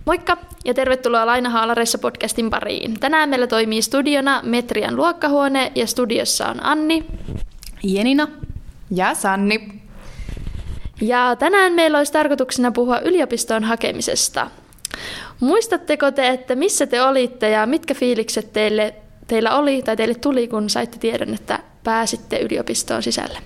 Moikka ja tervetuloa Lainahaalareissa podcastin pariin. Tänään meillä toimii studiona Metrian luokkahuone ja studiossa on Anni, Jenina ja Sanni. Ja tänään meillä olisi tarkoituksena puhua yliopistoon hakemisesta. Muistatteko te, että missä te olitte ja mitkä fiilikset teillä oli tai teille tuli, kun saitte tiedon, että pääsitte yliopistoon sisälle?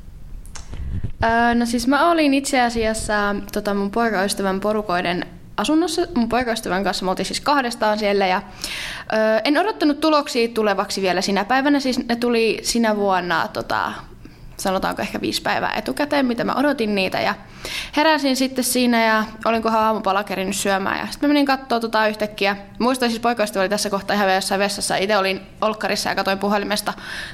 No siis mä olin itse asiassa mun poikaystävän porukoiden asunnossa. Mun poikaystävän kanssa me oltiin siis kahdestaan siellä ja en odottanut tuloksia tulevaksi vielä sinä päivänä. Siis ne tuli sinä vuonna sanotaanko ehkä 5 päivää etukäteen, mitä mä odotin niitä. Ja heräsin sitten siinä ja olinkohan aamupala kerinyt syömään. Ja sitten mä menin kattoo yhtäkkiä. Muistan siis poikaystävä oli tässä kohtaa ihan jossain vessassa. Itse olin olkkarissa ja katsoin puhelimesta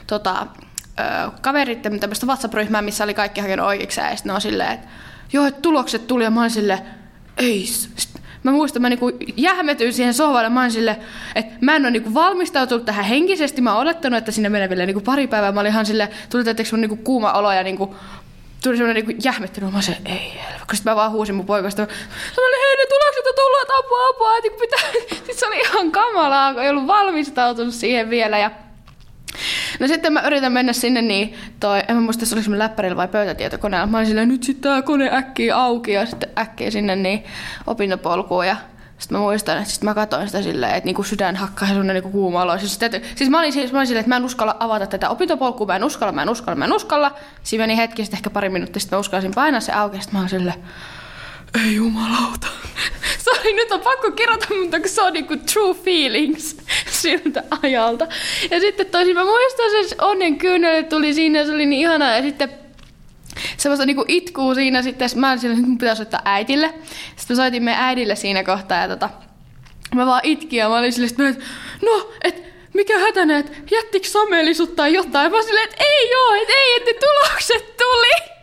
kaveritten tämmöistä WhatsApp-ryhmää, missä oli kaikki hakenut oikeikseen. Ja sitten ne on silleen, että joo, että tulokset tuli. Ja mä olin silleen, ei. Mä muistan, mä niinku jähmetyin siihen sohvalle. Mä olin silleen, että mä en ole niinku valmistautunut tähän henkisesti. Mä oon olettanut, että sinne menee vielä niinku pari päivää. Mä olin ihan silleen, tuli semmoinen niinku kuuma olo ja niinku, tuli semmoinen niinku jähmettely. Mä olin silleen, ei helvetti. Kun sit mä vaan huusin mun poikasta. Mä olin, hei, ne tulokset on tullut, että apua. Niin pitää. Sitten se oli ihan kamalaa, kun ei ollut valmistautunut siihen vielä. Ja no sitten mä yritän mennä sinne, en mä muista, se oli semmoinen läppärillä vai pöytätietokoneella. Mä olin silleen, nyt sitten tää kone äkkiä auki ja sitten äkkiä sinne opintopolkuun. Ja sitten mä muistan, että sit mä katsoin sitä silleen, että niinku sydän hakkaa ja semmoinen niinku kuuma olo. Siis mä olin silleen, että mä en uskalla avata tätä opintopolkua, mä en uskalla. Siinä meni hetki, sitten ehkä pari minuuttia, sitten mä uskalsin painaa se auki ja sitten mä olin silleen, ei jumalauta. Sori, nyt on pakko kirjoittaa, mutta se on niinku true feelings siltä ajalta. Ja sitten toisin mä muistan, se onnen kyynel tuli siinä ja se oli niin ihanaa. Ja sitten semmoista niinku itkuu siinä sitten. Mä olin silleen, että mun pitäisi soittaa äitille. Sitten mä soitin meidän äidille siinä kohtaa ja mä vaan itkin ja mä olin silleen, että mikä hätänä, että jättikö Sameli sut tai jotain? Mä olin silleen, että ei, että tulokset tuli.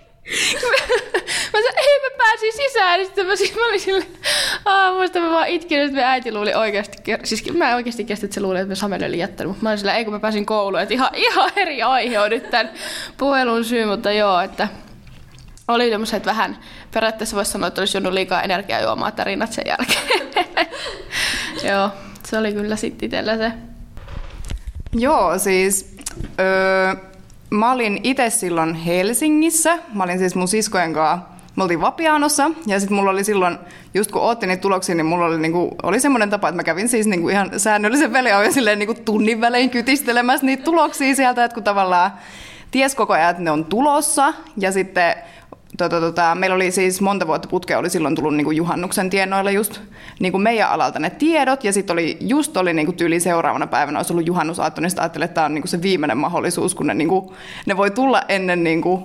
Mä sanoin, ei mä pääsin sisään, ja sitten mä olin silleen, muista mä vaan itkin, että me äiti luuli oikeasti, siis mä oikeasti kestin, että se luuli, että me Sameli oli jättänyt, mutta mä olin silleen, ei kun mä pääsin kouluun, että ihan eri aihe on nyt tämän puhelun syy, mutta joo, että oli tämmöiset vähän, periaatteessa voisi sanoa, että olisi juonut liikaa energiajuomaa tarinat sen jälkeen. Joo, se oli kyllä sitten itsellä se. Joo, siis mä olin itse silloin Helsingissä. Mä olin siis mun siskojen kanssa, me oltiin Vapianossa ja sitten mulla oli silloin, just kun ootti niitä tuloksia, niin mulla oli semmoinen tapa, että mä kävin siis ihan säännöllisen väliajoin silleen tunnin välein kytistelemässä niitä tuloksia sieltä, että kun tavallaan ties koko ajan, että ne on tulossa ja sitten meillä oli siis monta vuotta putkea, oli silloin tullut juhannuksen tienoille just meidän alalta ne tiedot, ja sitten oli tyyli seuraavana päivänä olisi ollut juhannusaatto, niin sitten ajattelin, että tämä on se viimeinen mahdollisuus, kun ne voi tulla ennen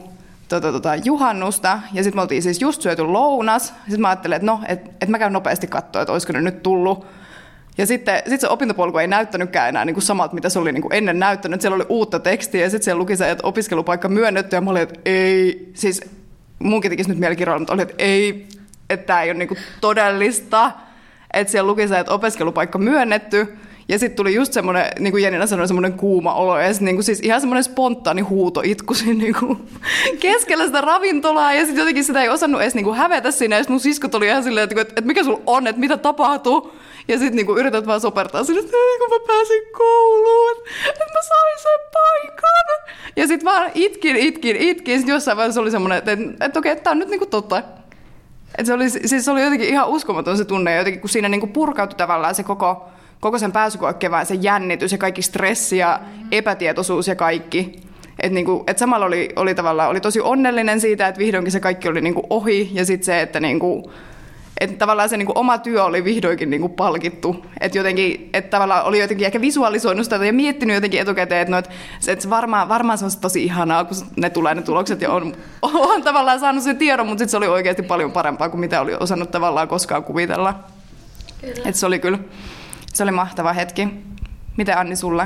juhannusta, ja sitten me oltiin siis just syöty lounas, sitten mä ajattelin, että mä käyn nopeasti katsoa, että olisiko ne nyt tullut. Ja sitten se opintopolku ei näyttänytkään enää samalta, mitä se oli ennen näyttänyt. Siellä oli uutta tekstiä, ja sitten siellä luki se, että opiskelupaikka myönnetty, ja mä olin, että ei, siis munkin tekisi nyt mieli kirjoilla, mutta oli, että ei, että tämä ei ole todellista. Että siellä luki se, että opiskelupaikka myönnetty. Ja sitten tuli just semmoinen, niin kuin Jenina sanoi, semmoinen kuuma olo. Ja siis ihan semmoinen spontaani huutoitku siinä keskellä sitä ravintolaa. Ja sitten jotenkin sitä ei osannut edes hävetä siinä. Ja mun sisko tuli ihan silleen, että mikä sulla on, että mitä tapahtuu. Ja sitten yrität vaan sopertaa sinne, että kun mä pääsin kouluun, että mä sain sen paikan. Ja sitten vaan itkin. Sitten jossain vaiheessa oli semmoinen, että okei, tää on nyt totta. Että se oli jotenkin ihan uskomaton se tunne. Ja jotenkin kun siinä purkautui tavallaan se koko sen pääsykoekevään se jännitys ja kaikki stressi ja epätietoisuus ja kaikki. Että samalla oli tosi onnellinen siitä, että vihdoinkin se kaikki oli ohi. Ja sitten se, että tavallaan se oma työ oli vihdoinkin palkittu. Että tavallaan oli jotenkin ehkä visualisoinut sitä ja miettinyt jotenkin etukäteen, että varmaan se on tosi ihanaa, kun ne tulee ne tulokset ja on tavallaan saanut sen tiedon, mutta sitten se oli oikeasti paljon parempaa kuin mitä oli osannut tavallaan koskaan kuvitella. Että se oli mahtava hetki. Miten Anni sulle?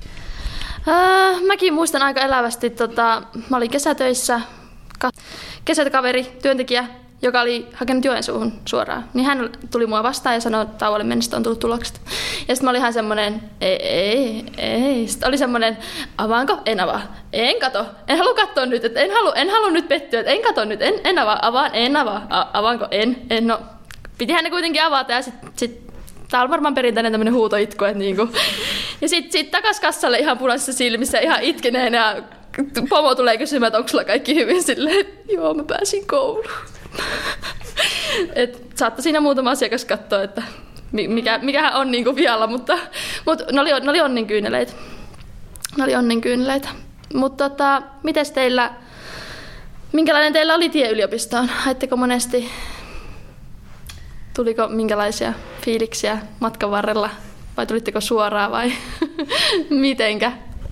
Mäkin muistan aika elävästi, mä olin kesätöissä, kesäkaveri, työntekijä, joka oli hakenut Joensuuhun suoraan. Niin hän tuli mua vastaan ja sanoi, että tauolle mennessä on tullut tulokset. Ja sitten mä olin ihan semmoinen, ei. Sitten oli semmoinen, avaanko? En avaa. En kato. En halua katsoa nyt. En halua nyt pettyä. En kato nyt. En avaa. En avaa. Avaanko? En. No. pitihän ne kuitenkin avata ja sit tää on varmaan perinteinen tämmönen huutoitku, että niinku. Ja sit takas kassalle ihan punaisissa silmissä, ihan itkeneen ja pomo tulee kysymään, että onko sulla kaikki hyvin silleen, joo mä pääsin kouluun. Et saattoi siinä muutama asiakas katsoa, että mikähän on niinku vialla, mutta ne oli onnenkyyneleitä. Mutta mites teillä, minkälainen teillä oli tie yliopistoon? Haitteko monesti? Tuliko minkälaisia fiiliksiä matkan varrella? Vai tulitteko suoraan vai mitenkä?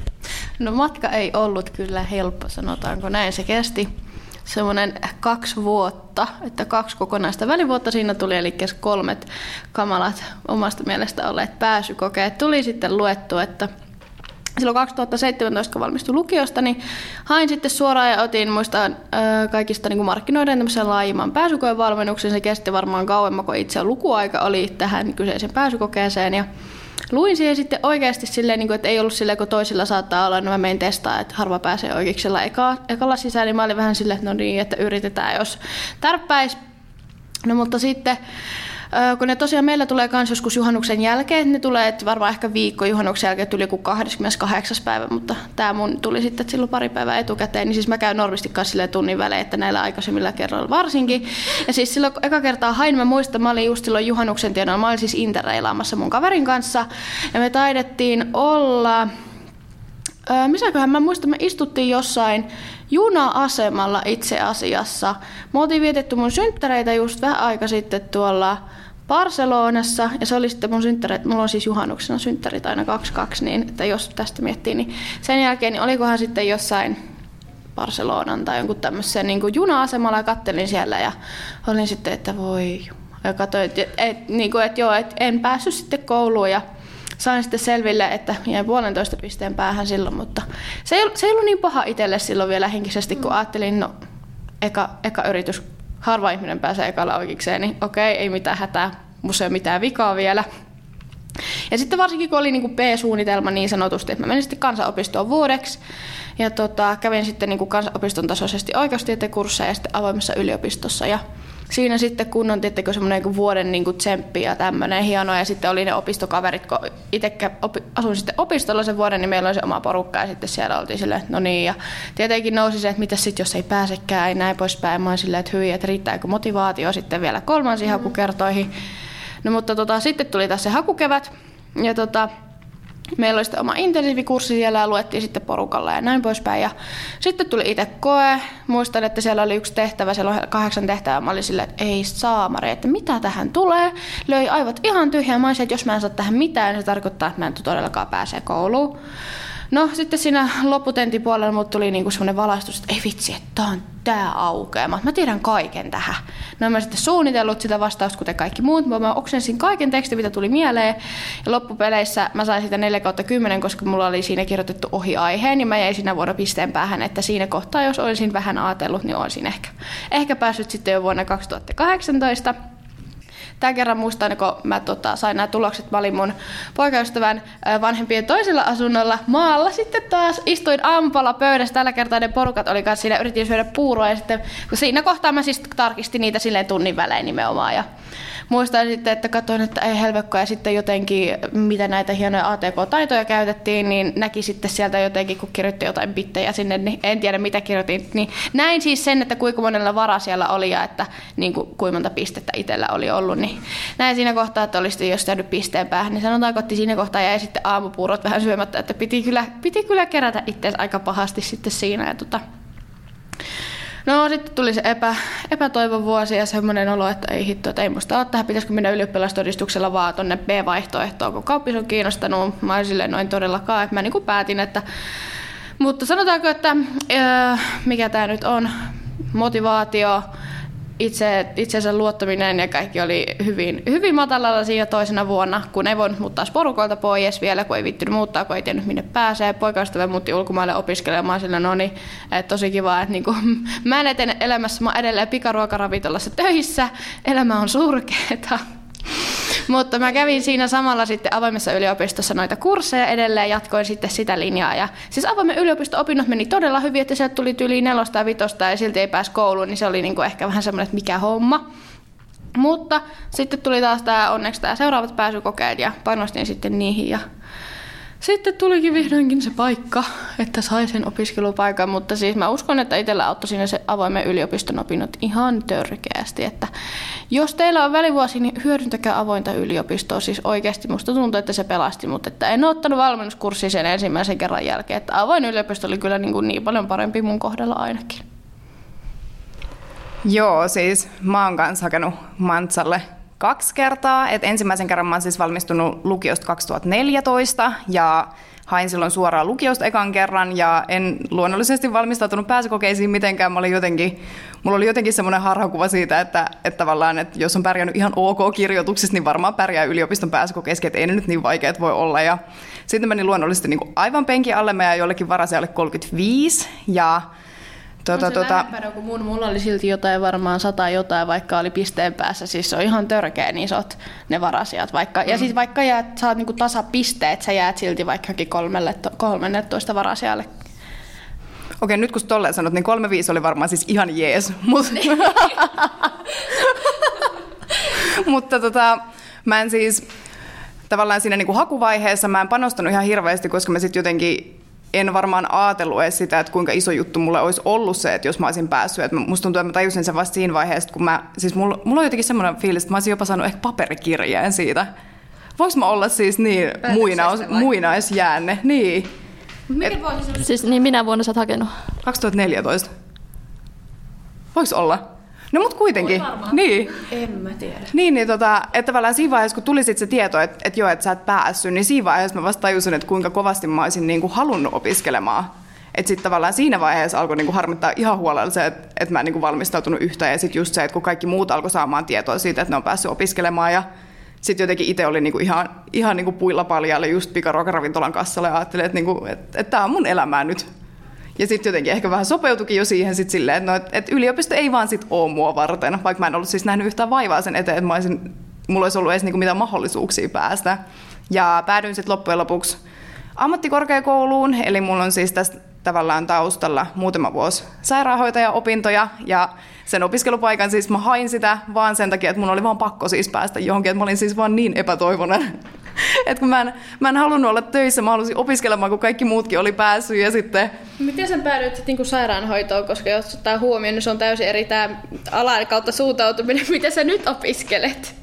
No matka ei ollut kyllä helppo, sanotaanko näin. Se kesti semmoinen 2 vuotta, että 2 kokonaista välivuotta siinä tuli, eli 3 kamalat omasta mielestä olleet pääsykokeet. Tuli sitten luettu, että silloin 2017, kun valmistui lukiosta, niin hain sitten suoraan ja otin muistaan kaikista niin kuin markkinoiden tämmöisen laajimman pääsykoevalmennuksen. Se kesti varmaan kauemmin, kun itse lukuaika oli tähän kyseiseen pääsykokeeseen. Ja luin siihen sitten oikeasti silleen, että ei ollut silleen, kun toisilla saattaa olla, no mä menin testaa, että harva pääsee oikeiksella ekalla sisään, niin mä olin vähän silleen, että no niin, että yritetään, jos tärppäisi. No mutta sitten, kun ne tosiaan meillä tulee myös joskus juhannuksen jälkeen, ne tulee, että varmaan ehkä viikko juhannuksen jälkeen tuli joku 28. päivä, mutta tämä mun tuli sitten silloin pari päivää etukäteen, niin siis mä käyn normisti kanssa silleen tunnin välein, että näillä aikaisemmilla kerralla varsinkin. Ja siis silloin eka kertaa hain, mä muistan, mä olin just silloin juhannuksen tienoilla, mä olin siis interreilaamassa mun kaverin kanssa, ja me taidettiin olla, missäköhän mä muistan, me istuttiin jossain juna-asemalla itse asiassa. Me oltiin vietetty mun synttäreitä just vähän aika sitten tuolla Barcelonassa, ja se oli sitten mun synttäreitä, mulla on siis juhannuksena synttärit aina 2, niin että jos tästä miettii, niin sen jälkeen niin olikohan sitten jossain Barcelonan tai jonkun tämmöisen niin kuin juna-asemalla ja kattelin siellä ja olin sitten, että voi, ja katsoin, että en päässyt sitten kouluun ja sain sitten selville, että jäin 1,5 pisteen päähän silloin, mutta se ei ollut niin paha itselle silloin vielä henkisesti, kun ajattelin, no eka yritys, harva ihminen pääsee ekalla oikeikseen, niin okei, ei mitään hätää, musta ei ole mitään vikaa vielä. Ja sitten varsinkin, kun oli niin kuin B-suunnitelma niin sanotusti, että mä menin sitten kansanopistoon vuodeksi ja kävin sitten niin kuin kansanopiston tasoisesti oikeustieteen kursseja ja sitten avoimessa yliopistossa. Ja siinä sitten kunnon semmoinen niin vuoden niin kuin tsemppi ja tämmöinen hienoa. Ja sitten oli ne opistokaverit, kun itse asuin sitten opistolla sen vuoden, niin meillä oli se oma porukka ja sitten siellä oltiin silleen, että no niin. Ja tietenkin nousi se, että mitä sitten, jos ei pääsekään ja näin poispäin. Mä olin silleen, että hyvin, että riittääkö motivaatio sitten vielä 3 hakukertoihin. No mutta sitten tuli taas se hakukevät ja meillä oli sitten oma intensiivikurssi siellä ja luettiin sitten porukalla ja näin poispäin. Ja sitten tuli itse koe. Muistan, että siellä oli 1 tehtävä, siellä oli 8 tehtävää. Mä olin silleen, että ei saamari, että mitä tähän tulee. Löi aivot ihan tyhjää. Mä olisin, että jos mä en saa tähän mitään, niin se tarkoittaa, että mä en todellakaan pääse kouluun. No sitten siinä lopputentin puolella mut tuli niinku semmoinen valaistus, että ei vitsi, että tää aukeaa. Mä tiedän kaiken tähän. No mä sitten suunnitellut sitä vastausta, kuten kaikki muut. Mä oksensin kaiken tekstin, mitä tuli mieleen. Ja loppupeleissä mä sain sitä 4/10, koska mulla oli siinä kirjoitettu ohi aiheen. Ja mä jäin siinä vuonna pisteen päähän, että siinä kohtaa, jos olisin vähän ajatellut, niin olisin ehkä päässyt sitten jo vuonna 2018. Tämän kerran muistan, kun mä sain nämä tulokset, mä olin mun poikaystävän vanhempien toisella asunnolla maalla. Sitten taas istuin aamupalla pöydässä, tällä kertaa ne porukat oli kanssa siinä, yritin syödä puuroa ja sitten kun siinä kohtaa mä siis tarkistin niitä silleen tunnin välein nimenomaan. Ja muistan sitten, että katsoin, että ei helvekko ja sitten jotenkin, mitä näitä hienoja ATK-taitoja käytettiin, niin näki sitten sieltä jotenkin, kun kirjoitti jotain bittejä sinne, niin en tiedä mitä kirjoitin. Niin näin siis sen, että kuinka monella vara siellä oli ja että niin kuinka monta pistettä itsellä oli ollut. Niin näin siinä kohtaa, että olisi jos jäänyt pisteen päähän, niin sanotaanko, että siinä kohtaa jäi sitten aamupuurot vähän syömättä, että piti kyllä kerätä itseänsä aika pahasti sitten siinä. Ja no sitten tuli se epätoivon vuosi ja semmoinen olo, että ei hitto, että ei musta ole tähän, pitäisikö mennä ylioppilastodistuksella vaan tonne B-vaihtoehtoon, kun kauppis on kiinnostanut. Mä olin silleen, no en todellakaan, että mä niin kuin päätin, että mutta sanotaanko, että mikä tää nyt on, motivaatio, itsensä luottaminen ja kaikki oli hyvin matalalla siinä toisena vuonna, kun ei voinut muuttaa porukolta pois vielä, kun ei viittynyt muuttaa, kun ei tiennyt minne pääsee. Poikaystävä muutti ulkomaille opiskelemaan sillä, no niin, että tosi kiva, että niinku, mä en etene elämässä, mä oon edelleen pikaruokaravintolassa töissä, elämä on surkeeta. Mutta mä kävin siinä samalla sitten avoimessa yliopistossa noita kursseja edelleen, jatkoin sitten sitä linjaa. Ja siis avoimen yliopisto-opinnot meni todella hyvin, että sieltä tuli yli 4 tai 5 ja silti ei pääsi kouluun, niin se oli niinku ehkä vähän semmoinen, että mikä homma. Mutta sitten tuli taas onneksi tämä seuraavat pääsykokeet ja panostin sitten niihin ja sitten tulikin vihdoinkin se paikka, että sai sen opiskelupaikan, mutta siis mä uskon, että itsellä auttoi siinä se avoimen yliopiston opinnot ihan törkeästi, että jos teillä on välivuosi, niin hyödyntäkää avointa yliopistoa, siis oikeasti musta tuntuu, että se pelasti, mutta että en ole ottanut valmennuskurssia sen ensimmäisen kerran jälkeen, että avoin yliopisto oli kyllä niin paljon parempi mun kohdalla ainakin. Joo, siis mä oon kanssa hakenut Mantsalle 2 kertaa. Et ensimmäisen kerran mä oon siis valmistunut lukiosta 2014 ja hain silloin suoraan lukiosta ekan kerran ja en luonnollisesti valmistautunut pääsykokeisiin mitenkään. Mulla oli jotenkin semmoinen harhakuva siitä, että tavallaan, että jos on pärjännyt ihan ok kirjoituksissa, niin varmaan pärjää yliopiston pääsykokeisiin, että ei ne nyt niin vaikeat voi olla. Ja sitten menin luonnollisesti niin kuin aivan penkin alle meidän jollekin varasijalle 35 ja lähempänä kuin mulla oli silti jotain varmaan 100 jotain, vaikka oli pisteen päässä. Siis se on ihan törkeän isot ne varasijat. Ja siis vaikka saat niinku tasapisteet, sä jäät silti vaikkakin 13 varasijalle. Okei, nyt kun tolleen sanot, niin 35 oli varmaan siis ihan jees. Mutta mä en siis tavallaan siinä niinku hakuvaiheessa mä en panostanut ihan hirveästi, koska mä sitten jotenkin en varmaan ajatellut edes sitä, että kuinka iso juttu mulle olisi ollut se, että jos mä olisin päässyt. Että musta tuntuu, että mä tajusin sen vasta siinä vaiheessa, kun mulla on jotenkin semmoinen fiilis, että mä olisin jopa saanut ehkä paperikirjeen siitä. Voinko mä olla siis niin muinaisjäänne? Niin. Siis niin minä vuonna sä oot hakenut? 2014. Voiko olla? No mut kuitenkin. Niin. En mä tiedä. Niin, että tavallaan siinä vaiheessa, kun tuli sit se tieto, että joo, että sä et päässyt, niin siinä vaiheessa mä vasta tajusin, että kuinka kovasti mä olisin niinku halunnut opiskelemaan. Että sitten tavallaan siinä vaiheessa alkoi niinku harmittaa ihan huolella se, että mä en niinku valmistautunut yhtään. Ja sitten just se, että kun kaikki muut alkoi saamaan tietoa siitä, että ne on päässyt opiskelemaan. Ja sitten jotenkin itse oli niinku ihan niinku puilla paljalle just pikaruokaravintolan kassalle ja ajattelin, että niinku, tää on mun elämää nyt. Ja sitten jotenkin ehkä vähän sopeutukin jo siihen sit silleen, että et yliopisto ei vaan sit ole mua varten, vaikka mä en ollut siis nähnyt yhtään vaivaa sen eteen, että mulla olisi ollut edes niinku mitään mahdollisuuksia päästä. Ja päädyin sitten loppujen lopuksi ammattikorkeakouluun, eli mulla on siis tästä tavallaan taustalla muutama vuosi sairaanhoitajaopintoja, ja sen opiskelupaikan siis mä hain sitä vaan sen takia, että mun oli vaan pakko siis päästä johonkin, että mä olin siis vaan niin epätoivoinen. Että kun mä en halunnut olla töissä, mä halusin opiskelemaan, kun kaikki muutkin oli päässyt ja sitten... Miten sä päädyit sitten niinku sairaanhoitoon, koska jos ottaa huomioon, niin se on täysin eri tämä alan kautta suuntautuminen. Miten sä nyt opiskelet?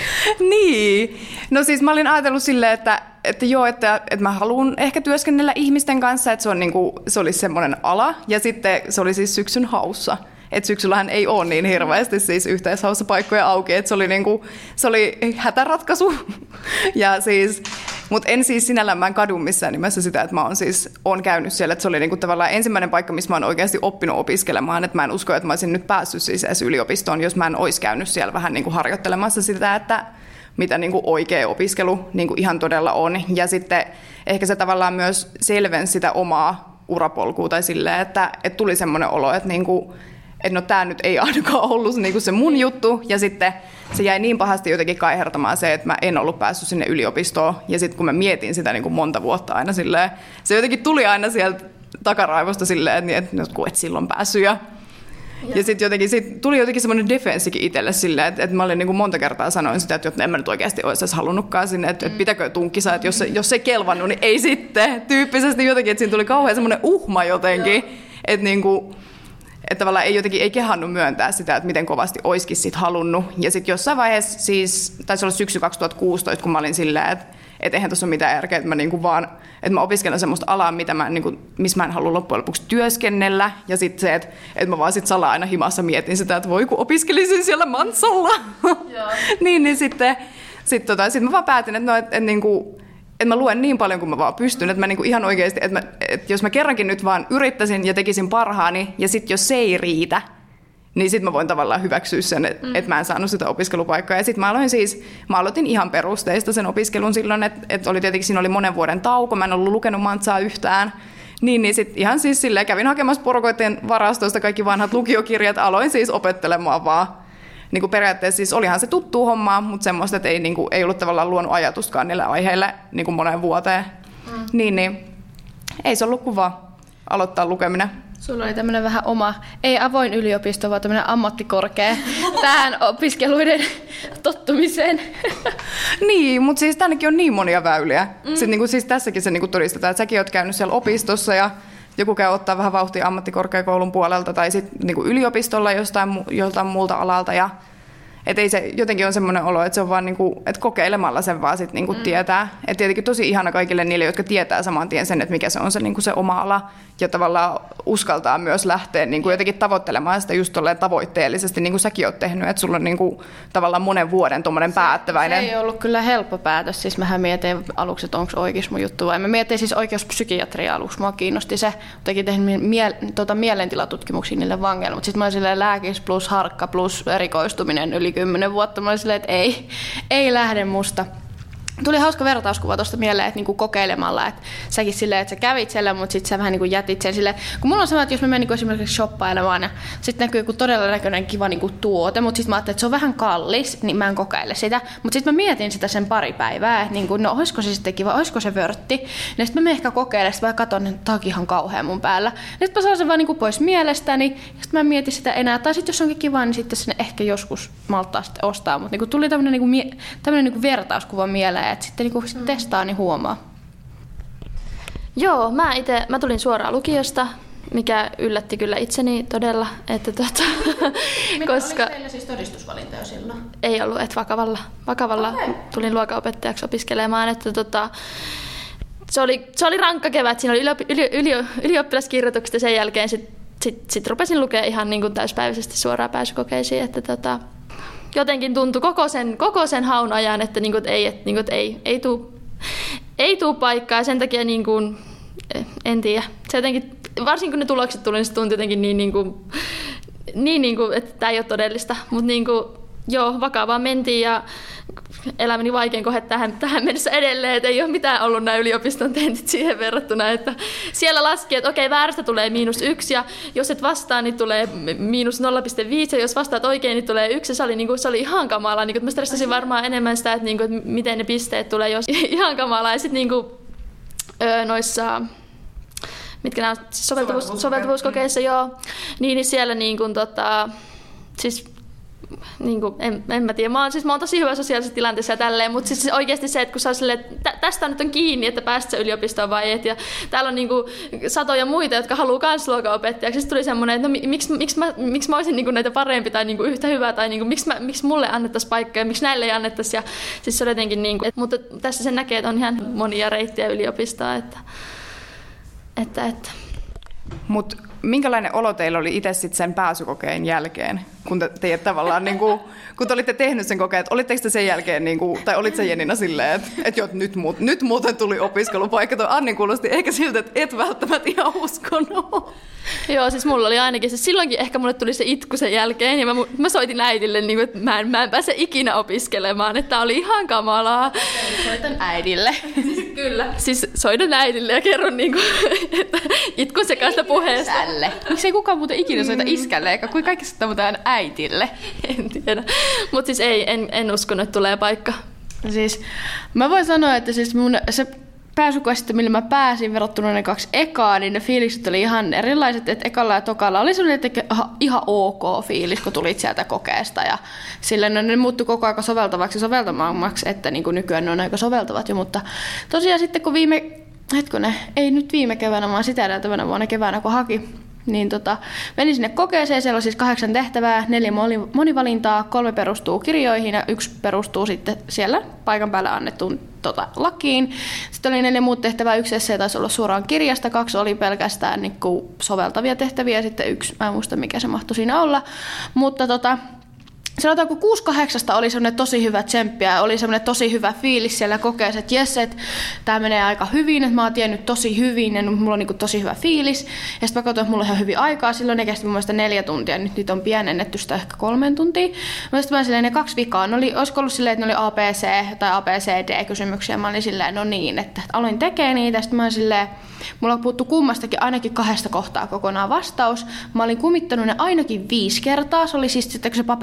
Niin. No siis mä olin ajatellut silleen, että mä haluan ehkä työskennellä ihmisten kanssa, että se olisi semmoinen ala. Ja sitten se oli siis syksyn haussa. Että syksyllähän ei ole niin hirveästi siis yhteishaussa paikkoja auki, että se oli hätäratkaisu. Ja siis, mutta en siis sinällään mä en kadu missään nimessä sitä, että mä oon käynyt siellä. Että se oli niinku tavallaan ensimmäinen paikka, missä mä oon oikeasti oppinut opiskelemaan. Että mä en usko, että mä olisin nyt päässyt siis edes yliopistoon, jos mä en olisi käynyt siellä vähän niinku harjoittelemassa sitä, että mitä niinku oikea opiskelu niinku ihan todella on. Ja sitten ehkä se tavallaan myös selvensi sitä omaa urapolkua tai silleen, että tuli semmoinen olo, että niinku, että no tää nyt ei ainakaan ollut niinku se mun juttu, ja sitten se jäi niin pahasti jotenkin kaihertamaan se, että mä en ollut päässyt sinne yliopistoon, ja sitten kun mä mietin sitä niinku monta vuotta aina silleen, se jotenkin tuli aina sieltä takaraivosta silleen, että et silloin päässyt, ja sitten jotenkin tuli jotenkin semmoinen defenssikin itselle silleen, että mä olin niinku monta kertaa sanoin sitä, että en mä nyt oikeasti olisi edes halunnutkaan sinne, että pitäkö tunkkisa, että jos ei kelvannut, niin ei sitten, tyyppisesti jotenkin, että siinä tuli kauhean semmoinen uhma jotenkin, että niinku, että tavallaan ei kehannut myöntää sitä, että miten kovasti olisikin sit halunnut. Ja sitten jossain vaiheessa, siis taisi olla syksy 2016, kun mä olin silleen, että eihän tuossa ole mitään järkeä, että mä opiskelen semmoista alaa, missä mä en halua loppujen lopuksi työskennellä. Ja sitten se, että mä vaan sit salaa aina himassa mietin sitä, että voi kun opiskelisin siellä Mantsalla. niin sitten mä vaan päätin, että mä luen niin paljon kuin mä vaan pystyn, että mä niinku ihan oikeasti, että jos mä kerrankin nyt vaan yrittäisin ja tekisin parhaani, ja sitten jos se ei riitä, niin sitten mä voin tavallaan hyväksyä sen, että mä en saanut sitä opiskelupaikkaa. Ja sitten mä aloitin ihan perusteista sen opiskelun silloin, että oli tietenkin siinä oli monen vuoden tauko, mä en ollut lukenut Mantsaa yhtään. Niin sitten ihan siis silleen kävin hakemassa porukoiden varastoista kaikki vanhat lukiokirjat, aloin siis opettelemaan vaan. Niin kuin periaatteessa siis olihan se tuttua hommaa, mutta semmoista, että ei ollut tavallaan luonut ajatustakaan niille aiheille niin kuin moneen vuoteen. Niin, ei se ollut kuin vaan aloittaa lukeminen. Sulla oli tämmöinen vähän oma, ei avoin yliopisto, vaan tämmöinen ammattikorkea tähän opiskeluiden tottumiseen. Niin, mutta siis tännekin on niin monia väyliä. Sitten niinku, siis tässäkin se niinku todistetaan, että säkin oot käynyt siellä opistossa ja joku käy ottaa vähän vauhtia ammattikorkeakoulun puolelta tai sitten niinku yliopistolla joltain muulta alalta. Ja et ei se jotenkin on semmoinen olo, että se on vaan niinku, että kokeilemalla sen vaan sit niinku tietää. Et tietenkin tosi ihana kaikille niille, jotka tietää saman tien sen, että mikä se on se, niinku se oma ala ja tavallaan uskaltaa myös lähteä niinku jotenkin tavoittelemaan sitä just tolleen tavoitteellisesti, niin kuin säkin oot tehnyt, että sulla on niinku tavallaan monen vuoden tommoinen päättäväinen. Se ei ollut kyllä helppo päätös, siis mähän mietin aluksi, että onko oikeus mun juttu vai mä mietin siis oikeuspsykiatria aluksi, mua kiinnosti se, tekin tehnyt mielentilatutkimuksia niille vangeille, mutta sitten mä olin silleen lääkis plus harkka plus erikoistuminen yli 10 vuotta. Mä olin silleen, että ei lähde musta. Tuli hauska vertauskuva tuosta mieleen, että niinku kokeilemalla, että säkin silleen, että sä kävit siellä, mutta sitten sä vähän niinku jätit sen silleen. Kun mulla on sama, että jos mä menen niinku esimerkiksi shoppailemaan ja sitten näkyy joku todella näköinen kiva niinku tuote, mutta sitten mä ajattelin, että se on vähän kallis, niin mä en kokeile sitä. Mutta sitten mä mietin sitä sen pari päivää, että niinku, no olisiko se sitten kiva, olisiko se vörtti. Ja sitten mä menen ehkä kokeilemaan, sitten mä katson, että tää onkin ihan kauhea mun päällä. Ja sitten mä saan sen vaan niinku pois mielestäni, ja sitten mä en mieti sitä enää. Tai sitten jos onkin kiva, niin sitten sen ehkä joskus malttaa sitten ostaa. Mutta niinku tuli tämmöinen niinku vertauskuva mieleen. Että sitten niinku testaa, niin huomaa. Joo, mä tulin suoraan lukiosta, mikä yllätti kyllä itseni todella. Että koska oliko teillä siis todistusvalinta jo silloin? Ei ollut, että vakavalla tulin luokanopettajaksi opiskelemaan. Että se oli rankka kevät, siinä oli ylioppilaskirjoitukset ja sen jälkeen sit rupesin lukea ihan niin kuin täyspäiväisesti suoraan pääsykokeisiin. Että jotenkin tuntui koko sen haun ajan, että ei tuu paikkaa ja sen takia niin kuin, en tiedä. Se jotenkin, varsinkin kun ne tulokset tuli, niin se tuntui jotenkin niin kuin, että tämä ei ole todellista. Mutta niin kuin, joo, vakavaan mentiin ja elämäni vaikein kohde tähän mennessä edelleen, että ei ole mitään ollut nämä yliopiston tentit siihen verrattuna, että siellä laski, että okei, väärästä tulee -1 ja jos et vastaa, niin tulee -0,5 ja jos vastaat oikein, niin tulee 1. Se oli ihan kamalaa. Niin mä stressasin varmaan enemmän sitä, että miten ne pisteet tulee, jos ihan kamalaa. Ja sitten noissa mitkä nämä soveltuvuuskokeissa, joo, niin siellä siis en mä tiedä, mä oon tosi hyvä sosiaalisessa tilanteessa ja tälleen, mutta siis oikeasti se, että kun sä oot silleen, että tästä nyt on kiinni, että päästä yliopistoon vai et, ja täällä on satoja muita, jotka haluaa kans luokanopettajaksi, sitten tuli semmoinen, että no miksi mä olisin näitä parempi tai yhtä hyvä, tai miksi mulle annettaisiin paikka ja miksi näille ei annettaisi, ja siis se on jotenkin mutta tässä sen näkee, että on ihan monia reittejä yliopistoa, että. Mut minkälainen olo teillä oli itse sit sen pääsykokeen jälkeen, kun teidät tavallaan, kun te olitte tehnyt sen kokeen, että olitteko te sen jälkeen, tai olit sä Jenina silleen, että nyt muuten tuli opiskelupaikka, toi Anni kuulosti ehkä siltä, että et välttämättä ihan uskonut. Joo, siis mulla oli ainakin, siis silloinkin ehkä mulle tuli se itku sen jälkeen, ja mä soitin äidille, että mä en pääse ikinä opiskelemaan, että tää oli ihan kamalaa. Soitan äidille. Kyllä, siis soitan äidille ja kerron että itkun sekaista puheesta. Miksi ei kukaan muuten ikinä soita iskälle, eikä kuin kaikki soittaa muuten äitille? En tiedä, mutta siis en uskonut, että tulee paikka. Siis mä voin sanoa, että siis se pääsykoe sitten, millä mä pääsin verrattuna ne 2 ekaa, niin ne fiilikset oli ihan erilaiset, että ekalla ja tokalla oli sellainen ihan ok fiilis, kun tulit sieltä kokeesta ja silleen ne muuttui koko ajan soveltavaksi ja soveltavammaksi, että niin kuin nykyään ne on aika soveltavat jo, mutta tosiaan sitten kun ei nyt viime keväänä, vaan sitä edeltävänä vuonna keväänä kun haki, niin menin sinne kokeeseen, siellä on siis 8 tehtävää, 4 monivalintaa, 3 perustuu kirjoihin ja 1 perustuu sitten siellä paikan päällä annettuun lakiin. Sitten oli 4 muut tehtävää, 1 essee taisi olla suoraan kirjasta, 2 oli pelkästään niin kuin soveltavia tehtäviä ja sitten 1, mä en muista mikä se mahtui siinä olla, mutta sanotaan, kun 6-8 oli semmoinen tosi hyvä tsemppi ja oli semmoinen tosi hyvä fiilis siellä kokeessa, että jes, että tämä menee aika hyvin, että mä oon tiennyt tosi hyvin ja mulla on niin kuin tosi hyvä fiilis. Ja sitten mä katsoin, että mulla on ihan hyvin aikaa, silloin ne kesti mun mielestä 4 tuntia, nyt niitä on pienennetty sitä ehkä 3 tuntia. Mä sitten silleen ne 2 vikaa, olisiko ollut silleen, että ne oli ABC tai ABCD-kysymyksiä, mä olin silleen, no niin, että aloin tekemään niitä, sitten mä olin silleen, mulla puuttu kummastakin ainakin 2 kohtaa kokonaan vastaus. Mä olin kumittanut ne ainakin 5 kertaa, se oli siis sitten, kun se paperi menee ihan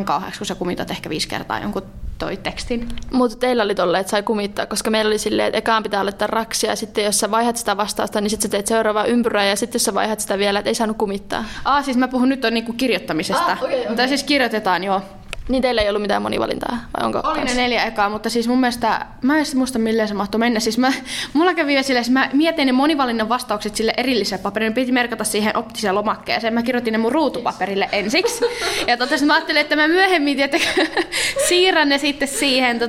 kauheaksi, kun sä kumitat ehkä 5 kertaa jonkun toi tekstin. Mutta teillä oli tolleen, että sai kumittaa, koska meillä oli silleen, että ekaan pitää laittaa raksia, ja sitten jos sä vaihdat sitä vastausta, niin sitten sä teet seuraavaa ympyrää, ja sitten jos sä vaihdat sitä vielä, että ei saanut kumittaa. Siis mä puhun nyt on niinku kirjoittamisesta. Okay. Tai siis kirjoitetaan, joo. Niin teillä ei ollut mitään monivalintaa, vai onko? Oli ne 4 ekaa, mutta siis mun mielestä, mä en muista milleen se mahtoi mennä. Siis mulla kävi vielä silleen, mä mietin ne monivalinnan vastaukset sille erilliselle paperille. Piti merkata siihen optiseen lomakkeeseen. Mä kirjoitin ne mun ruutupaperille ensiksi. Ja mä ajattelin, että mä myöhemmin siirrän ne sitten siihen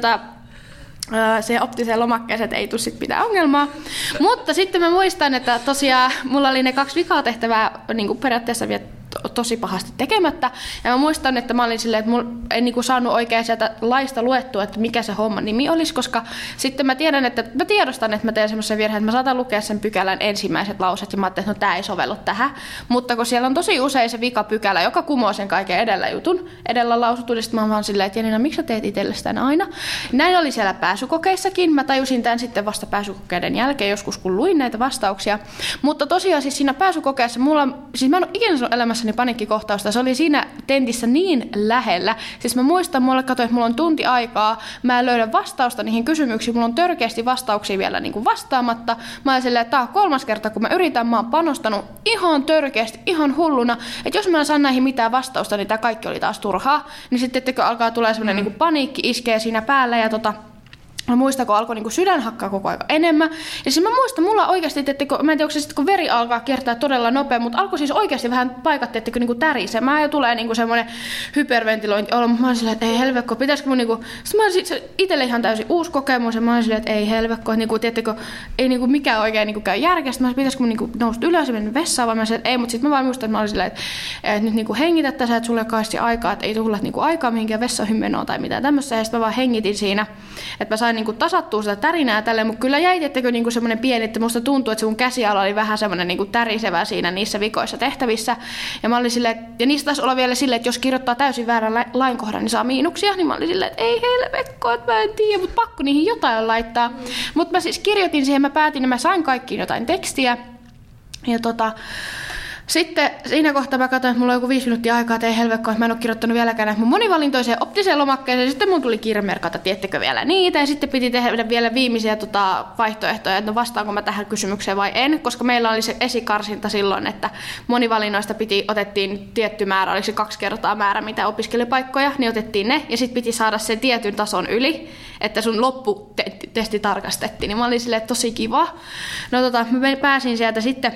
siihen optiseen lomakkeeseen, että ei tule sitten mitään ongelmaa. Mutta sitten mä muistan, että tosiaan mulla oli ne 2 vikaa tehtävää niin periaatteessa vielä tosi pahasti tekemättä. Ja mä muistan, että mä olin silleen, että mulla en niin saanut oikein sieltä laista luettua, että mikä se homman nimi olisi, koska sitten mä tiedostan, että mä teen semmoisen virheen, että mä saatan lukea sen pykälän ensimmäiset lauset ja mä ajattelin, että no tää ei sovellu tähän. Mutta kun siellä on tosi usein se vikapykälä, joka kumoo sen kaiken edellä lausutun, niin mä oon vaan silleen, että Janina, miksi sä teet itsellesi tän aina? Näin oli siellä pääsykokeissakin. Mä tajusin tämän sitten vasta pääsykokeiden jälkeen joskus, kun luin näitä vastauksia. Mutta tosiaan siis siinä pääsykokeessa mä en ole ikinä elämässä paniikkikohtausta. Se oli siinä tentissä niin lähellä. Siis mä muistan, että mulla on tunti aikaa, mä en löydä vastausta niihin kysymyksiin, mulla on törkeästi vastauksia vielä niin kuin vastaamatta. Mä olin silleen, että tää on 3. kerta, kun mä yritän, mä oon panostanut ihan törkeästi, ihan hulluna, että jos mä en saa näihin mitään vastausta, niin tää kaikki oli taas turhaa. Niin sitten alkaa tulee semmoinen niin kuin paniikki iskee siinä päällä ja mä muistan, kun alkoi niinku sydän hakkaa koko ajan enemmän. Ja siis mä muistan, mulla oikeasti, mä en tiedä, onko se sitten, kun veri alkaa kiertää todella nopea, mutta alkoi siis oikeasti vähän paikat, niinku tärisemään ja tulee niinku semmoinen hyperventilointi olo. Mä olin silleen, että ei helvekko, pitäisikö mun niinku... Sitten mä olin itselle ihan täysin uusi kokemus ja mä olin silleen, että ei helvekko, että niinku, tiedättekö, ei niinku mikään oikein niinku käy järkeä. Sitten mä olin, pitäisikö mun niinku nousta ylös ja mennä vessaan, vaan mä olin, että ei, mutta sitten mä vaan muistan, että mä olin silleen, että nyt niinku hengitä tässä, että sulle kaisti aikaa, että ei tulla niinku aikaa mihinkään vessahin menoon tai mitään tämmöistä. Ja sitten mä vaan hengitin siinä, että mä sain niinku tasattua sitä tärinää tälleen, mutta kyllä jäi tiettekö niinku semmoinen pieni, että musta tuntuu, että se mun käsiala oli vähän semmoinen niinku tärisevä siinä niissä vikoissa tehtävissä. Ja mä olin silleen, ja niistä taisi olla vielä silleen, että jos kirjoittaa täysin väärän lainkohdan, niin saa miinuksia, niin mä olin silleen, että ei helvekko, että mä en tiedä, mutta pakko niihin jotain laittaa. Mutta mä siis kirjoitin siihen, mä päätin, että mä sain kaikkiin jotain tekstiä. Ja sitten siinä kohtaa mä katsoin, että mulla on joku 5 minuuttia aikaa, että ei helvekko, että mä en ole kirjoittanut vieläkään mun monivalintoiseen optiseen lomakkeeseen. Sitten mun tuli kiire merkata, tiettekö vielä niitä. Ja sitten piti tehdä vielä viimeisiä vaihtoehtoja, että no vastaanko mä tähän kysymykseen vai en. Koska meillä oli se esikarsinta silloin, että monivalinnoista otettiin tietty määrä, oliko se 2 kertaa määrä, mitä opiskelijapaikkoja, niin otettiin ne. Ja sitten piti saada sen tietyn tason yli, että sun lopputesti tarkastettiin. Niin mä olin silleen, tosi kiva. No mä pääsin sieltä sitten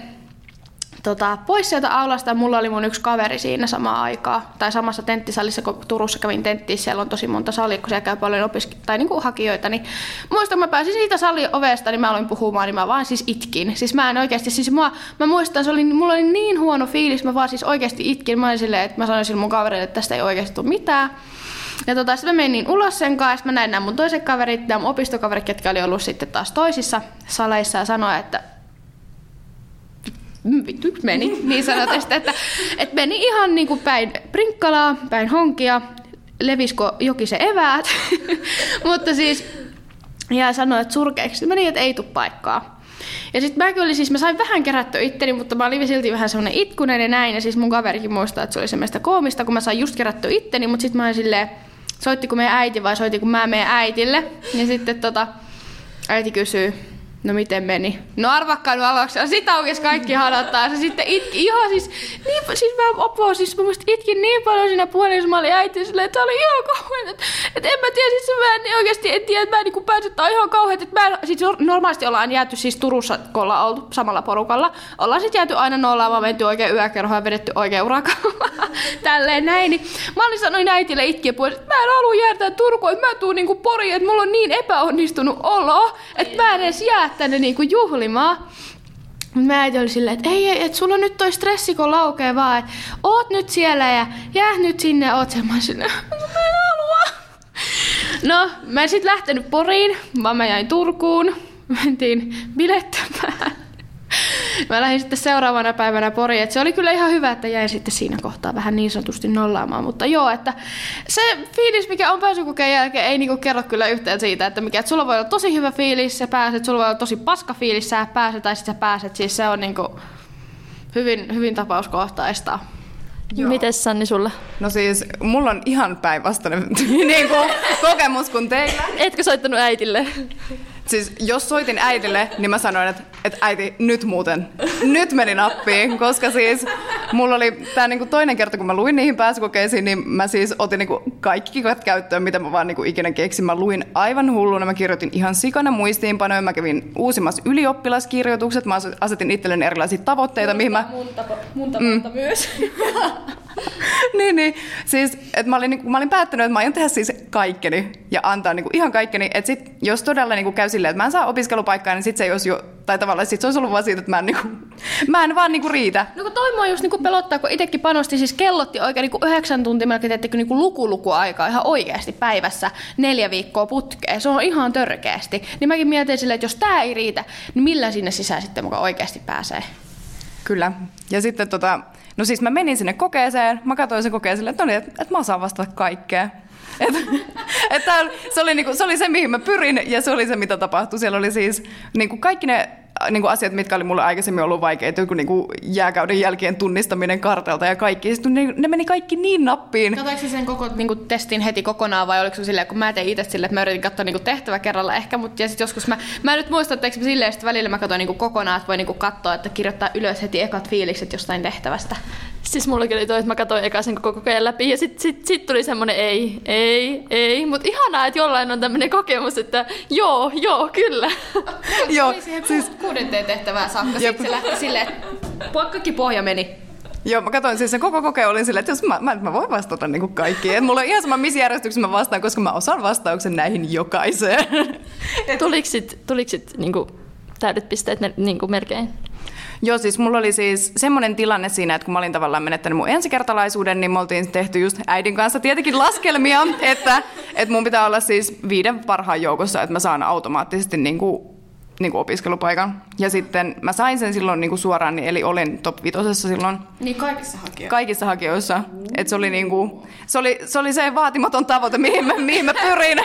pois sieltä aulasta ja mulla oli mun yksi kaveri siinä samaan aikaan. Tai samassa tenttisalissa, kun Turussa kävin tenttissä, siellä on tosi monta salia, kun siellä käy paljon niinku hakijoita. Niin muistan, kun mä pääsin siitä saliovesta, niin mä aloin puhumaan, niin mä vaan siis itkin. Siis mä en oikeasti, siis mä muistan, mulla oli niin huono fiilis, mä vaan siis oikeasti itkin. Mä olin silleen, että mä sanoin sille mun kaverille, että tästä ei oikeasti tule mitään. Ja sitten mä menin ulos sen kanssa, ja mä näin nämä mun toiset kaverit ja mun opistokaverit, jotka oli ollut sitten taas toisissa saleissa ja sanoi, että vittu meni, niin sanotusti, että meni ihan niin kuin päin Prinkkalaa, päin Honkia, levisko Jokisen eväät, mutta siis, ja sanoi, että surkeaksi meni, että ei tule paikkaa. Ja sitten mä sain vähän kerättyä itteni, mutta mä olin silti vähän semmoinen itkunen ja näin, ja siis mun kaverikin muistaa, että se oli semmoista koomista, kun mä sain just kerättyä itteni, mutta sitten mä olin silleen, soittiko meidän äiti vai soittiko mä meidän äitille, ja sitten äiti kysyy, no miten meni? No arvakkaan aluksi. Sitä oikeasti kaikki hadottaa. Se sitten itki ihan siis mä itkin niin paljon siinä puolella, mä olin äiti silleen, että se oli ihan kauhean. Että en mä tiedä, siis mä en oikeasti en tiedä, että mä niinku pääsin, että on ihan kauhean. Siis normaalisti ollaan jääty siis Turussa, kun ollaan oltu samalla porukalla. Ollaan sitten jääty aina nollaan, vaan menty oikein yökerhoon ja vedetty oikein urakalla. Tälleen näin. Niin mä sanoin äitille itkien puolesta, että mä en halua jäädä Turkuun, että mä tuun niinku Poriin, että mulla on niin epäonnistunut olo, että mä en edes jää tänne niinku juhlimaan. Mä äiti oli silleen, että ei, että sulla on nyt toi stressi, kun laukee vaan, että oot nyt siellä ja jää nyt sinne ja oot semmoinen, mä en halua. No, mä en sit lähtenyt Poriin, vaan mä jäin Turkuun, mentiin bilettämään. Mä lähdin sitten seuraavana päivänä Poriin, että se oli kyllä ihan hyvä, että jäin sitten siinä kohtaa vähän niin sanotusti nollaamaan, mutta joo, että se fiilis, mikä on pääsykokeen jälkeen, ei niinku kerro kyllä yhtään siitä, että sulla voi olla tosi hyvä fiilis, sä pääset, sulla voi olla tosi paska fiilis, sä pääset tai sit sä pääset, siis se on niinku hyvin, hyvin tapauskohtaista. Mites Sanni sulla? No siis, mulla on ihan päinvastainen niin kuin kokemus kuin teillä. Etkö soittanut äitille? Siis jos soitin äitille, niin mä sanoin, että äiti, nyt meni nappiin, koska siis mulla oli tää niinku toinen kerta, kun mä luin niihin pääsykokeisiin, niin mä siis otin niinku kaikki kikat käyttöön, mitä mä vaan niinku ikinä keksin. Mä luin aivan hulluna, mä kirjoitin ihan sikana muistiinpanoja, mä kävin uusimassa ylioppilaskirjoitukset, mä asetin itselleni erilaisia tavoitteita, mihin mä... Mun tavoitta myös. niin. Siis, että mä olin päättänyt, että mä aion tehdä siis kaikkeni ja antaa niinku ihan kaikkeni, että sit, jos todella niinku käy silleen, että mä en saa opiskelupaikkaa, niin sit se ei olisi jo, tai tavallaan sit se olisi ollut vaan siitä, että mä en vaan niinku riitä. No kun toi mua just niinku pelottaa, kun itsekin panosti, siis kellotti oikein niinku 9 tuntia, melkein teettekö niinku lukuaikaa ihan oikeasti päivässä 4 viikkoa putkeen. Se on ihan törkeästi. Niin mäkin mietin silleen, että jos tää ei riitä, niin millä sinne sisään sitten mukaan oikeasti pääsee? Kyllä. Ja sitten no siis mä menin sinne kokeeseen, mä katsoin sen kokeen silleen, että mä osaan vastata kaikkea. Se oli se, mihin mä pyrin, ja se oli se, mitä tapahtui. Siellä oli siis niinku kaikki ne niinku asiat, mitkä oli mulle aikaisemmin ollut vaikeita, joku niinku jääkauden jälkeen tunnistaminen kartalta ja kaikki. Sitten ne meni kaikki niin nappiin. Katsoitko sen koko niinku testin heti kokonaan, vai oliko se silleen, kun mä tein itse silleen, että mä yritin katsoa niinku tehtävä kerralla ehkä, mutta ja sitten joskus mä en nyt muista, että silleen, että välillä mä katsoin niinku kokonaan, että voi niinku katsoa, että kirjoittaa ylös heti ekat fiilikset jostain tehtävästä. Siis mullakin oli toi, että mä katsoin eka sen koko kokeen läpi ja sit tuli semmonen ei. Mutta ihanaa, että jollain on tämmönen kokemus, että joo, kyllä. Joo, siis 6. tehtävää saakka. Sitten se lähti silleen, että kaikki pohja meni. Joo, mä katsoin siis sen koko kokeen, olin silleen, että jos mä voin vastata niin kuin kaikkiin. Mulla on ihan sama, missä järjestyksessä mä vastaan, koska mä osaan vastauksen näihin jokaiseen. Tuliko sit niin kuin täydet pisteet niin kuin melkein? Joo, siis mulla oli siis semmoinen tilanne siinä, että kun mä olin tavallaan menettänyt mun ensikertalaisuuden, niin me oltiin tehty just äidin kanssa tietenkin laskelmia, että mun pitää olla siis 5 parhaan joukossa, että mä saan automaattisesti niin kuin opiskelupaikan. Ja sitten mä sain sen silloin niin kuin suoraan, eli olin top 5 silloin. Niin kaikissa hakijoissa? Kaikissa hakijoissa. Että se oli se vaatimaton tavoite, mihin mä pyrin.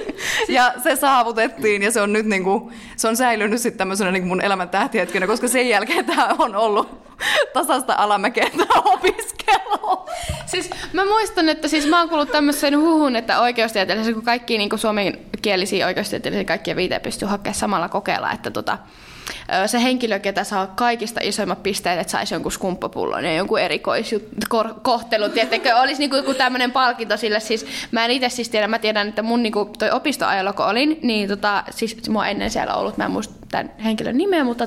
Ja se saavutettiin, ja se on nyt se on säilynyt sitten tämmöisenä mun elämän tähtihetkenä, koska sen jälkeen tämä on ollut tasasta alamäkeä tämä opiskelu. Siis mä muistan, että siis mä oon kuullut tämmöisen huhun, että oikeustieteellisiä, kun kaikki niin kuin suomenkielisiä oikeustieteellisiä kaikkia 5 pystyy hakemaan samalla kokeella, että se henkilö, ketä saa kaikista isoimmat pisteet, että saisi jonkun skumppapullon ja jonkun erikoiskohtelun, tietenkin olisi niin kuin joku tämmöinen palkinto sille. Siis mä en itse siis tiedä, mä tiedän, että mun niin kuin toi opistoajalla, kun olin, niin siis mua ennen siellä ollut, mä en muista tämän henkilön nimeä, mutta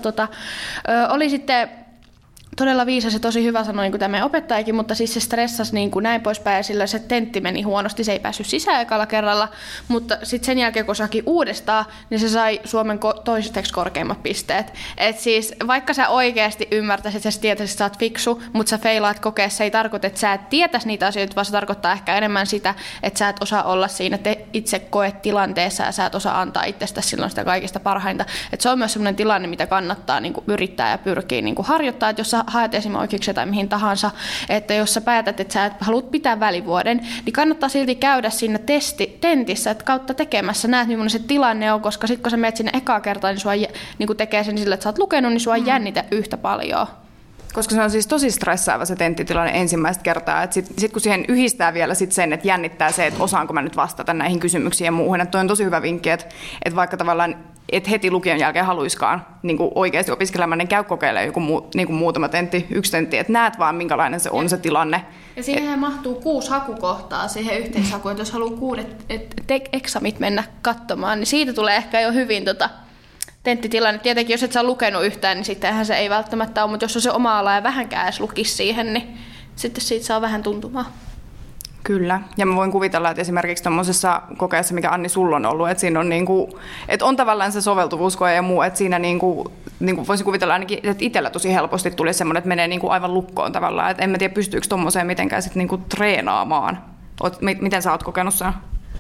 oli sitten todella viisas ja tosi hyvä sanoa, niin kuin tämä meidän opettajakin, mutta siis se stressasi niin kuin näin poispäin ja sillä se tentti meni huonosti, se ei päässyt sisään ekalla kerralla, mutta sitten sen jälkeen kun se haki uudestaan, niin se sai Suomen toiseksi korkeimmat pisteet. Et siis vaikka sä oikeasti ymmärtäisit, että sä tietäisit, että sä oot fiksu, mutta sä feilaat kokeessa, se ei tarkoita, että sä et tietäisi niitä asioita, vaan se tarkoittaa ehkä enemmän sitä, että sä et osaa olla siinä itse koetilanteessa ja sä et osaa antaa itsestäsi silloin sitä kaikista parhainta. Et se on myös sellainen tilanne, mitä kannattaa niin kuin yrittää ja pyrkiä niin kuin harjoittaa, että jos sä haet esimerkiksi tai mihin tahansa, että jos sä päätät, että sä haluat pitää välivuoden, niin kannattaa silti käydä siinä tentissä, että kautta tekemässä näet, millainen se tilanne on, koska sitten kun sä menet sinne ekaa kertaa, niin sua niin tekee sen sillä, että sä oot lukenut, niin sua jännitä yhtä paljon. Koska se on siis tosi stressaava se tenttitilanne ensimmäistä kertaa. Sitten kun siihen yhdistää vielä sen, että jännittää se, että osaanko mä nyt vastata näihin kysymyksiin ja muuhun. Että toi on tosi hyvä vinkki, että vaikka tavallaan et heti lukion jälkeen haluiskaan niin oikeasti opiskelemaan, niin käy kokeilemaan joku muutama tentti, 1 tentti, että näet vaan minkälainen se on se tilanne. Ja siihen mahtuu 6 hakukohtaa siihen yhteishakuun, että jos haluaa 6 eksamit mennä katsomaan, niin siitä tulee ehkä jo hyvin tenttitilanne. Tietenkin jos et sä lukenut yhtään, niin sittenhän se ei välttämättä ole, mutta jos on se oma ala ja vähänkään edes lukisi siihen, niin sitten siitä saa vähän tuntumaan. Kyllä, ja mä voin kuvitella, että esimerkiksi tuommoisessa kokeessa, mikä Anni sulla on ollut, että siinä on, että on tavallaan se soveltuvuuskoe ja muu, että siinä voisin kuvitella ainakin, että itsellä tosi helposti tuli semmoinen, että menee aivan lukkoon tavallaan, että en mä tiedä pystyykö tuommoiseen mitenkään sitten treenaamaan. Miten sä oot kokenut sen?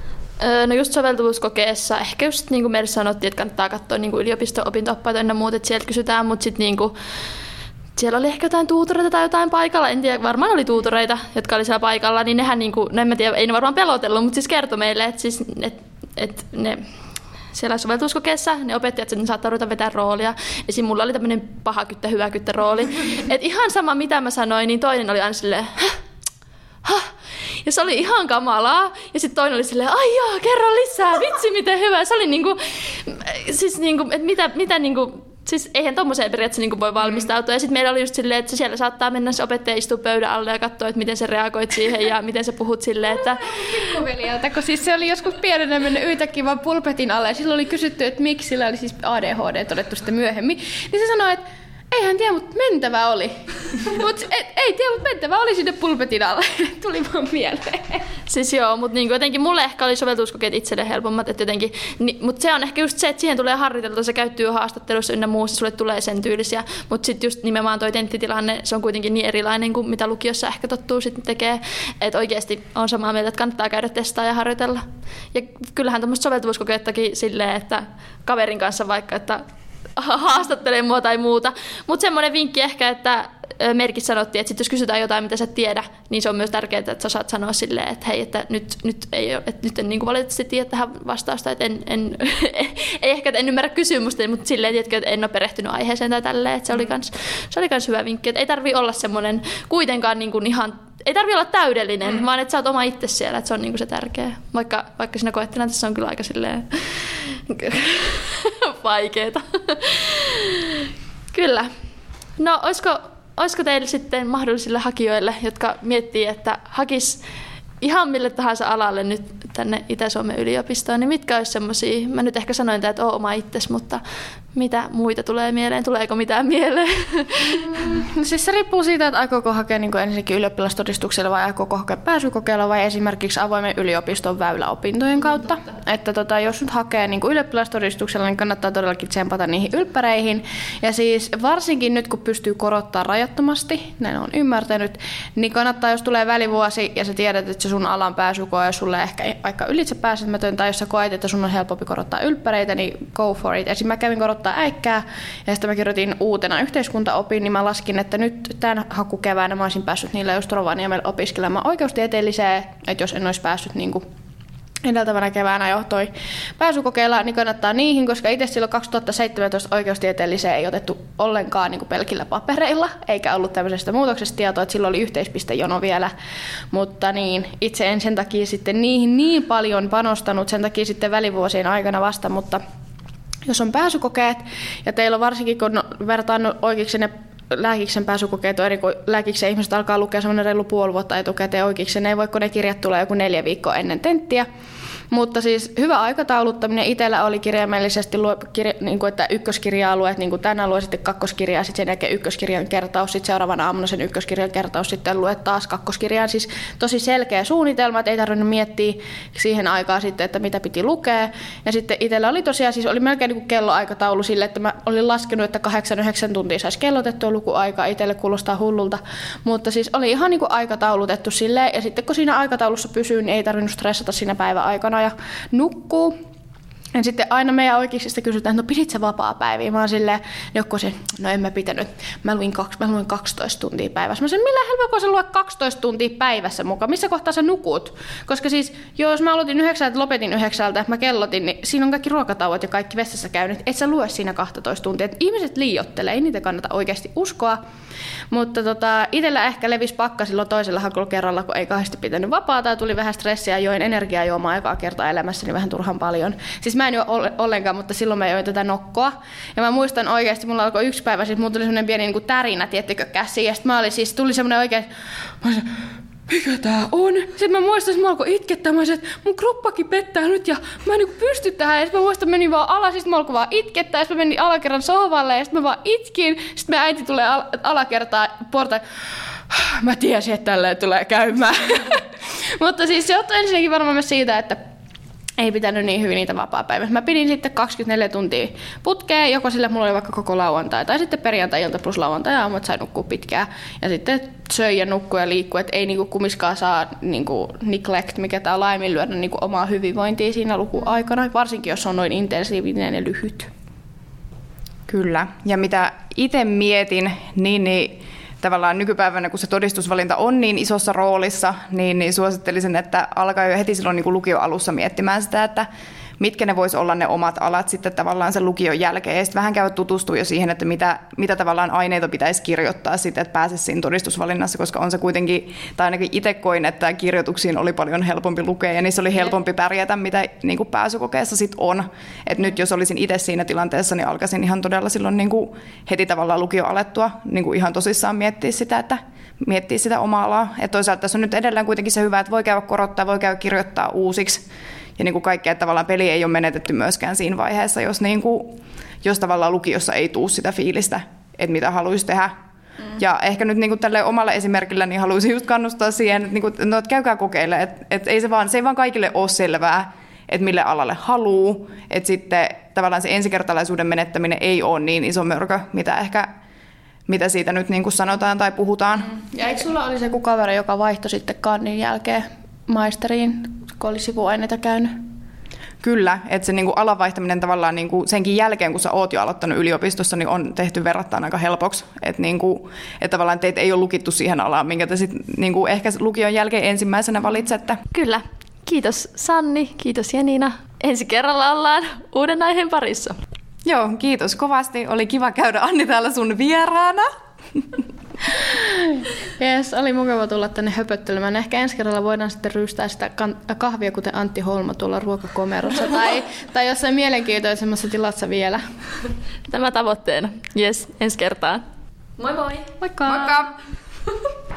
No just soveltuvuuskokeessa, ehkä just niin kuin meille sanottiin, että kannattaa katsoa niin yliopisto-opinto-oppaita ja muut, että sieltä kysytään, mutta sitten siellä oli ehkä jotain tuutoreita tai jotain paikalla, en tiedä, varmaan oli tuutoreita, jotka oli siellä paikalla, niin nehän, en mä tiedä, ei ne varmaan pelotellut, mutta siis kertoi meille, että ne siellä soveltuvuuskokeessa ne opettajat, että ne saattaa ruveta vetää roolia. Esim. Mulla oli tämmöinen paha kyttä, hyvä kyttä rooli. Et ihan sama mitä mä sanoin, niin toinen oli aina silleen, Ja se oli ihan kamalaa. Ja sitten toinen oli silleen, ai joo, kerro lisää, vitsi miten hyvä. Se oli niinku, siis niinku, että mitä niinku, siis eihän tommoseen periaatteessa niinku voi valmistautua. Ja sitten meillä oli just silleen, että siellä saattaa mennä se opettaja istua pöydän alle ja katsoa, että miten sä reagoit siihen ja miten sä puhut silleen, että... Pikkuveljeltä, kun siis se oli joskus pienenä mennyt yhtäkkiä vaan pulpetin alle ja silloin oli kysytty, että miksi sillä oli siis ADHD todettu sitten myöhemmin. Niin se sanoi, että ei hän tiedä, mutta mentävä oli. Ei tiedä, mutta mentävä oli sinne pulpetin alle. Tuli vaan mieleen. Siis joo, mutta niinku jotenkin mulle ehkä oli soveltuvuuskokeet itselle helpommat. Mutta se on ehkä just se, että siihen tulee harjoiteltua, se käyttyy haastattelussa ynnä muussa, sulle tulee sen tyylisiä. Mutta sitten just nimenomaan toi tenttitilanne, se on kuitenkin niin erilainen kuin mitä lukiossa ehkä tottuu sitten tekee. Että oikeasti on samaa mieltä, että kannattaa käydä testaa ja harjoitella. Ja kyllähän tuommoista soveltuvuuskokeettakin silleen, että kaverin kanssa vaikka, että haastattelee mua tai muuta. Mutta semmoinen vinkki ehkä, että merkit sanottiin, että sit jos kysytään jotain, mitä sä et tiedä, niin se on myös tärkeää, että sä saat sanoa silleen, että hei, että nyt en niin kuin valitettavasti tiedä tähän vastausta, että ei ehkä, että en ymmärrä kysymystä, mutta silleen, tiedätkö, että en ole perehtynyt aiheeseen tai tälleen, että se oli kans hyvä vinkki, että ei tarvitse olla semmoinen kuitenkaan niin kuin ihan, ei tarvitse olla täydellinen, vaan että sä oot oma itse siellä, että se on niin kuin se tärkeä, vaikka siinä koetilanteessa on kyllä aika silleen vaikeeta. Kyllä. No, olisiko teille sitten mahdollisille hakijoille, jotka miettii, että hakis ihan mille tahansa alalle nyt tänne Itä-Suomen yliopistoon, niin mitkä olisi semmoisia, mä nyt ehkä sanoin, että oon oma itses, mutta mitä muita tulee mieleen? Tuleeko mitään mieleen? No siis se riippuu siitä, että aikooko hakea niin ensinnäkin ylioppilastodistuksella vai aikooko hakea pääsykokeilla vai esimerkiksi avoimen yliopiston väyläopintojen kautta. Että jos nyt hakee niin ylioppilastodistuksella, niin kannattaa todellakin tsempata niihin ylppäreihin. Ja siis varsinkin nyt, kun pystyy korottamaan rajattomasti, näin on ymmärtänyt, niin kannattaa, jos tulee välivuosi ja sä tiedät, että se sun alan pääsykoe on sulle ehkä aika ylitse pääsemätön, tai jos sä koet, että sun on helpompi korottaa ylppäreitä, niin go for it. Esimerkiksi mä kävin korottaa äikkää, ja sitten mä kirjoitin uutena yhteiskuntaopin, niin mä laskin, että nyt tämän hakukeväänä mä olisin päässyt niillä just Rovaniemellä opiskelemaan oikeustieteelliseen, että jos en olisi päässyt niin kuin edeltävänä keväänä jo toi pääsykokeilla, niin kannattaa niihin, koska itse silloin 2017 oikeustieteelliseen ei otettu ollenkaan niin kuin pelkillä papereilla, eikä ollut tämmöisestä muutoksesta tietoa, että silloin oli yhteispistejono vielä, mutta niin, itse en sen takia sitten niihin niin paljon panostanut, sen takia sitten välivuosien aikana vasta, mutta jos on pääsykokeet, ja teillä on varsinkin, kun vertaan oikeiksi ne lääkiksen pääsykokeet on eri kuin lääkiksen ihmiset alkaa lukea semmoinen reilu puoli vuotta etukäteen oikeiksen, ei voi, kun ne kirjat tulee joku 4 viikkoa ennen tenttiä. Mutta siis hyvä aikatauluttaminen itsellä oli kirjaimellisesti, niin kuin, että ykköskirja-alueet, niin kuin tänään lue sitten kakkoskirjaa, sitten sen jälkeen ykköskirjan kertaus, sitten seuraavana aamuna sen ykköskirjan kertaus, sitten luet taas kakkoskirjaan. Siis tosi selkeä suunnitelma, että ei tarvinnut miettiä siihen aikaan sitten, että mitä piti lukea. Ja sitten itsellä oli tosiaan, siis oli melkein niin kuin kelloaikataulu sille, että mä olin laskenut, että 8-9 tuntia saisi kellotettua lukuaikaa, itselle kuulostaa hullulta. Mutta siis oli ihan niin kuin aikataulutettu silleen, ja sitten kun siinä aikataulussa pysyy, niin ei tarvinnut stressata siinä päivän aikana ja nukkuu. Ja sitten aina meidän oikeuksista kysytään, että no pidit sä vapaa-päiviä? Mä oon silleen, joku se, no en mä pitänyt. Mä luin 12 tuntia päivässä. Mä sanoin, millä helpolla sä luet 12 tuntia päivässä mukaan? Missä kohtaa sä nukut? Koska siis, jos mä aloitin 9, lopetin 9, mä kellotin, niin siinä on kaikki ruokatauot ja kaikki vessassa käynyt. Et sä lue siinä 12 tuntia. Et ihmiset liioittelee, ei niitä kannata oikeasti uskoa. Mutta itsellä ehkä levisi pakka silloin toisella hakukerralla, kun ei kahdesti pitänyt vapaata ja tuli vähän stressiä, join energiajuomaa ekaa kertaa elämässäni vähän turhan paljon. Siis mä en juo ollenkaan, mutta silloin mä join tätä nokkoa. Ja mä muistan oikeasti, mulla alkoi yksi päivä, siis mulla tuli semmoinen pieni niin kuin tärinä, tiettekö, käsiin. Ja sitten tuli semmoinen oikein, mä olisin, mikä tää on? Sitten mä muistan, että mä alkoi itkettää. Mä olisin, että mun kroppakin pettää nyt ja mä en niin pysty tähän. Ja sitten mä muistan, että menin vaan alas, sitten mä alkoi vaan itkettää. Ja sitten mä menin alakerran sohvalle ja sitten mä vaan itkin. Sitten mä äiti tulee alakertaan portaan. Mä tiesin, että tälleen tulee käymään. Mutta siis se johtui ensinnäkin varmaan myös siitä, että ei pitänyt niin hyvin niitä vapaapäivää. Mä pidin sitten 24 tuntia putkeen, joko sillä mulla oli vaikka koko lauantai, tai sitten perjantai-ilta plus lauantai-aamu, että sai nukkua pitkään. Ja sitten söi ja nukkui ja liikkui, että ei niinku kumminkaan saa niinku neglect, mikä tää laiminlyödä niinku omaa hyvinvointia siinä lukuaikana, varsinkin jos on noin intensiivinen ja lyhyt. Kyllä, ja mitä itse mietin, niin tavallaan nykypäivänä, kun se todistusvalinta on niin isossa roolissa, niin suosittelisin, että alkaa jo heti silloin niin kuin lukion alussa miettimään sitä, että mitkä ne vois olla ne omat alat sitten tavallaan sen lukion jälkeen. Ja sitten vähän käy tutustua jo siihen, että mitä tavallaan aineita pitäisi kirjoittaa sitten, että pääsisi siinä todistusvalinnassa, koska on se kuitenkin, tai ainakin itse koin, että kirjoituksiin oli paljon helpompi lukea ja niissä oli helpompi pärjätä, mitä niin kuin pääsykokeessa sitten on. Että nyt jos olisin itse siinä tilanteessa, niin alkaisin ihan todella silloin niin kuin heti tavallaan lukio alettua niin kuin ihan tosissaan miettiä sitä omaa alaa. Et toisaalta tässä on nyt edelleen kuitenkin se hyvä, että voi käydä korottaa, voi käydä kirjoittaa uusiksi. Ja niin kuin kaikkea, että tavallaan peli ei ole menetetty myöskään siinä vaiheessa, jos tavallaan lukiossa ei tule sitä fiilistä, että mitä haluaisi tehdä. Ja ehkä nyt niin kuin tälle omalle esimerkillä niin haluaisin just kannustaa siihen, että, niin kuin, että käykää kokeilemaan. Että se ei vaan kaikille ole selvää, että mille alalle haluaa. Että sitten tavallaan se ensikertalaisuuden menettäminen ei ole niin iso mörkö, mitä siitä nyt niin kuin sanotaan tai puhutaan. Ja eikö sulla oli se kaveri, joka vaihtoi sitten kannin jälkeen maisteriin, kun oli sivuaineita käynyt? Kyllä, että se niin kuin alan vaihtaminen tavallaan niin kuin senkin jälkeen, kun sä oot jo aloittanut yliopistossa, niin on tehty verrattain aika helpoksi. Että niin kuin, että tavallaan teitä ei ole lukittu siihen alaan, minkä te sitten niin kuin ehkä lukion jälkeen ensimmäisenä valitsette. Kyllä. Kiitos Sanni, kiitos Janina. Ensi kerralla ollaan uuden aiheen parissa. Joo, kiitos kovasti. Oli kiva käydä Anni täällä sun vieraana. Jes, oli mukava tulla tänne höpöttelemään. Ehkä ensi kerralla voidaan sitten ryystää sitä kahvia, kuten Antti Holma tuolla ruokakomerossa tai jossain mielenkiintoisemmassa tilassa vielä. Tämä tavoitteena. Jes, ensi kertaan. Moi moi! Moikka! Moikka!